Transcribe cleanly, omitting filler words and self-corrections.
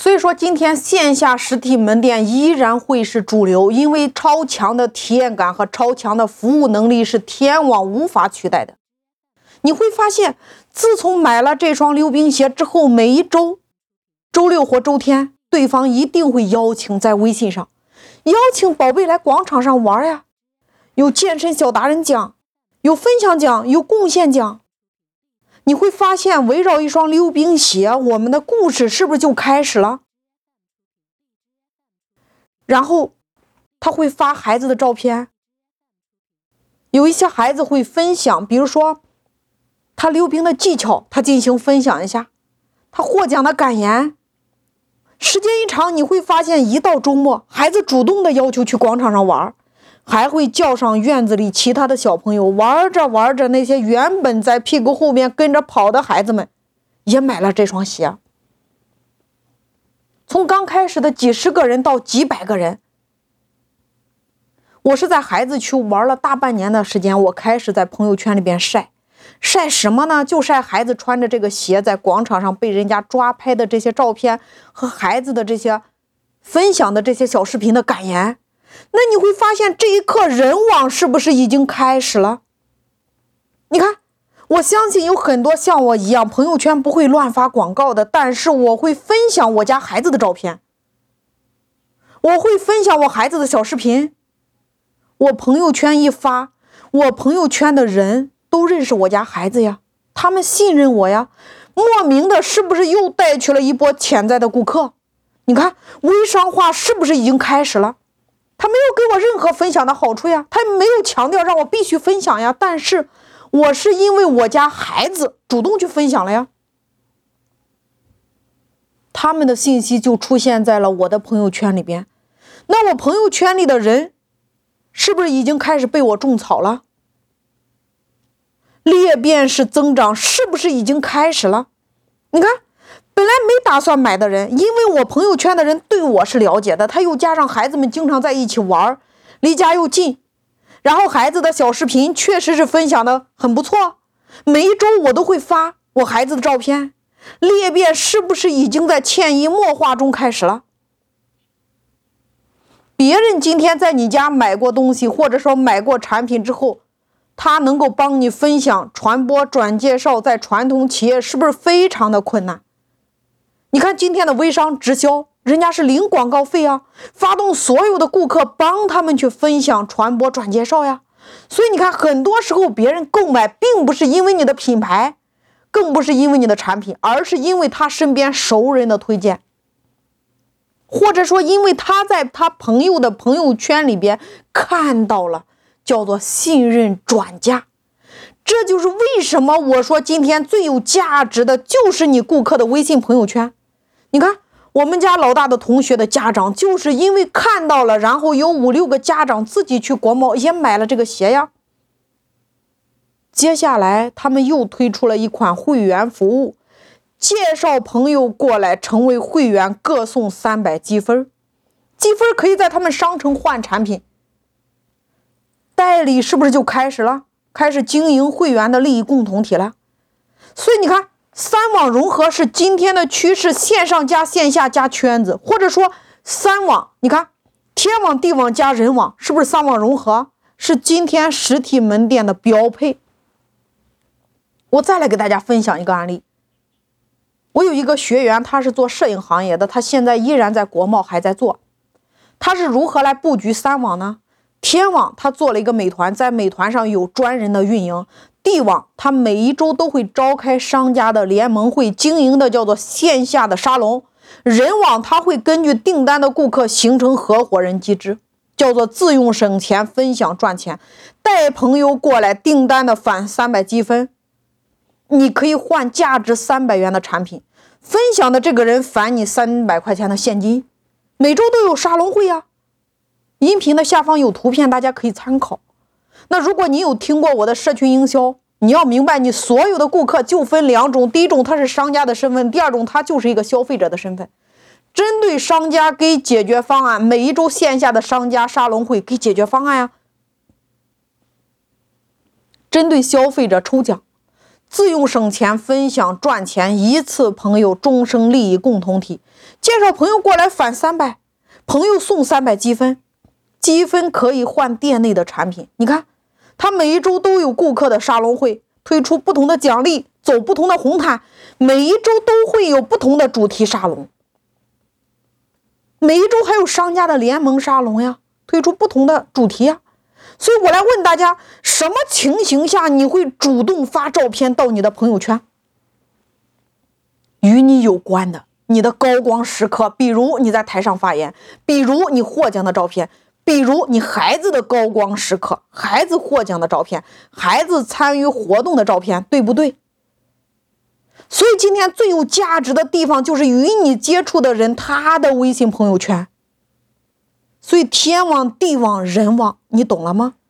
所以说今天线下实体门店依然会是主流，因为超强的体验感和超强的服务能力是天网无法取代的。你会发现，自从买了这双溜冰鞋之后，每一周周六或周天，对方一定会邀请在微信上邀请宝贝来广场上玩呀，有健身小达人奖，有分享奖，有贡献奖。你会发现，围绕一双溜冰鞋，我们的故事是不是就开始了？然后他会发孩子的照片，有一些孩子会分享，比如说他溜冰的技巧，他进行分享一下，他获奖的感言。时间一长，你会发现一到周末，孩子主动的要求去广场上玩，还会叫上院子里其他的小朋友，玩着玩着，那些原本在屁股后面跟着跑的孩子们也买了这双鞋。从刚开始的几十个人到几百个人，我是在孩子去玩了大半年的时间，我开始在朋友圈里边晒什么呢？就晒孩子穿着这个鞋在广场上被人家抓拍的这些照片和孩子的这些分享的这些小视频的感言。那你会发现，这一刻人网是不是已经开始了？你看，我相信有很多像我一样朋友圈不会乱发广告的，但是我会分享我家孩子的照片，我会分享我孩子的小视频。我朋友圈一发，我朋友圈的人都认识我家孩子呀，他们信任我呀，莫名的是不是又带去了一波潜在的顾客？你看，微商化是不是已经开始了？他没有给我任何分享的好处呀，他没有强调让我必须分享呀，但是我是因为我家孩子主动去分享了呀，他们的信息就出现在了我的朋友圈里边。那我朋友圈里的人是不是已经开始被我种草了？裂变式增长是不是已经开始了？你看，本来没打算买的人，因为我朋友圈的人对我是了解的，他又加上孩子们经常在一起玩，离家又近，然后孩子的小视频确实是分享的很不错，每一周我都会发我孩子的照片，裂变是不是已经在潜移默化中开始了？别人今天在你家买过东西，或者说买过产品之后，他能够帮你分享、传播、转介绍，在传统企业是不是非常的困难？你看今天的微商直销，人家是零广告费啊，发动所有的顾客帮他们去分享、传播、转介绍呀。所以你看，很多时候别人购买并不是因为你的品牌，更不是因为你的产品，而是因为他身边熟人的推荐，或者说因为他在他朋友的朋友圈里边看到了叫做信任转嫁。这就是为什么我说今天最有价值的就是你顾客的微信朋友圈。你看我们家老大的同学的家长就是因为看到了，然后有5、6个家长自己去国贸也买了这个鞋呀。接下来他们又推出了一款会员服务，介绍朋友过来成为会员，各送300积分，积分可以在他们商城换产品。代理是不是就开始了？开始经营会员的利益共同体了。所以你看，3网融合是今天的趋势，线上加线下加圈子，或者说3网，你看天网、地网加人网，是不是3网融合？是今天实体门店的标配。我再来给大家分享一个案例。我有一个学员，他是做摄影行业的，他现在依然在国贸还在做。他是如何来布局3网呢？天网他做了一个美团，在美团上有专人的运营。地网他每一周都会召开商家的联盟会，经营的叫做线下的沙龙。人网他会根据订单的顾客形成合伙人机制，叫做自用省钱，分享赚钱，带朋友过来订单的返300积分，你可以换价值300元的产品，分享的这个人返你300块钱的现金。每周都有沙龙会啊，音频的下方有图片，大家可以参考。那如果你有听过我的社群营销，你要明白你所有的顾客就分2种，第一种他是商家的身份，第二种他就是一个消费者的身份。针对商家给解决方案，每一周线下的商家沙龙会给解决方案呀。针对消费者抽奖，自用省钱，分享赚钱，一次朋友终生利益共同体。 介绍朋友过来返300，朋友送300积分，积分可以换店内的产品。你看，他每一周都有顾客的沙龙会，推出不同的奖励，走不同的红毯，每一周都会有不同的主题沙龙，每一周还有商家的联盟沙龙呀，推出不同的主题呀。所以我来问大家，什么情形下你会主动发照片到你的朋友圈？与你有关的，你的高光时刻，比如你在台上发言，比如你获奖的照片，比如你孩子的高光时刻，孩子获奖的照片，孩子参与活动的照片，对不对？所以今天最有价值的地方就是与你接触的人他的微信朋友圈。所以天网地网人网，你懂了吗？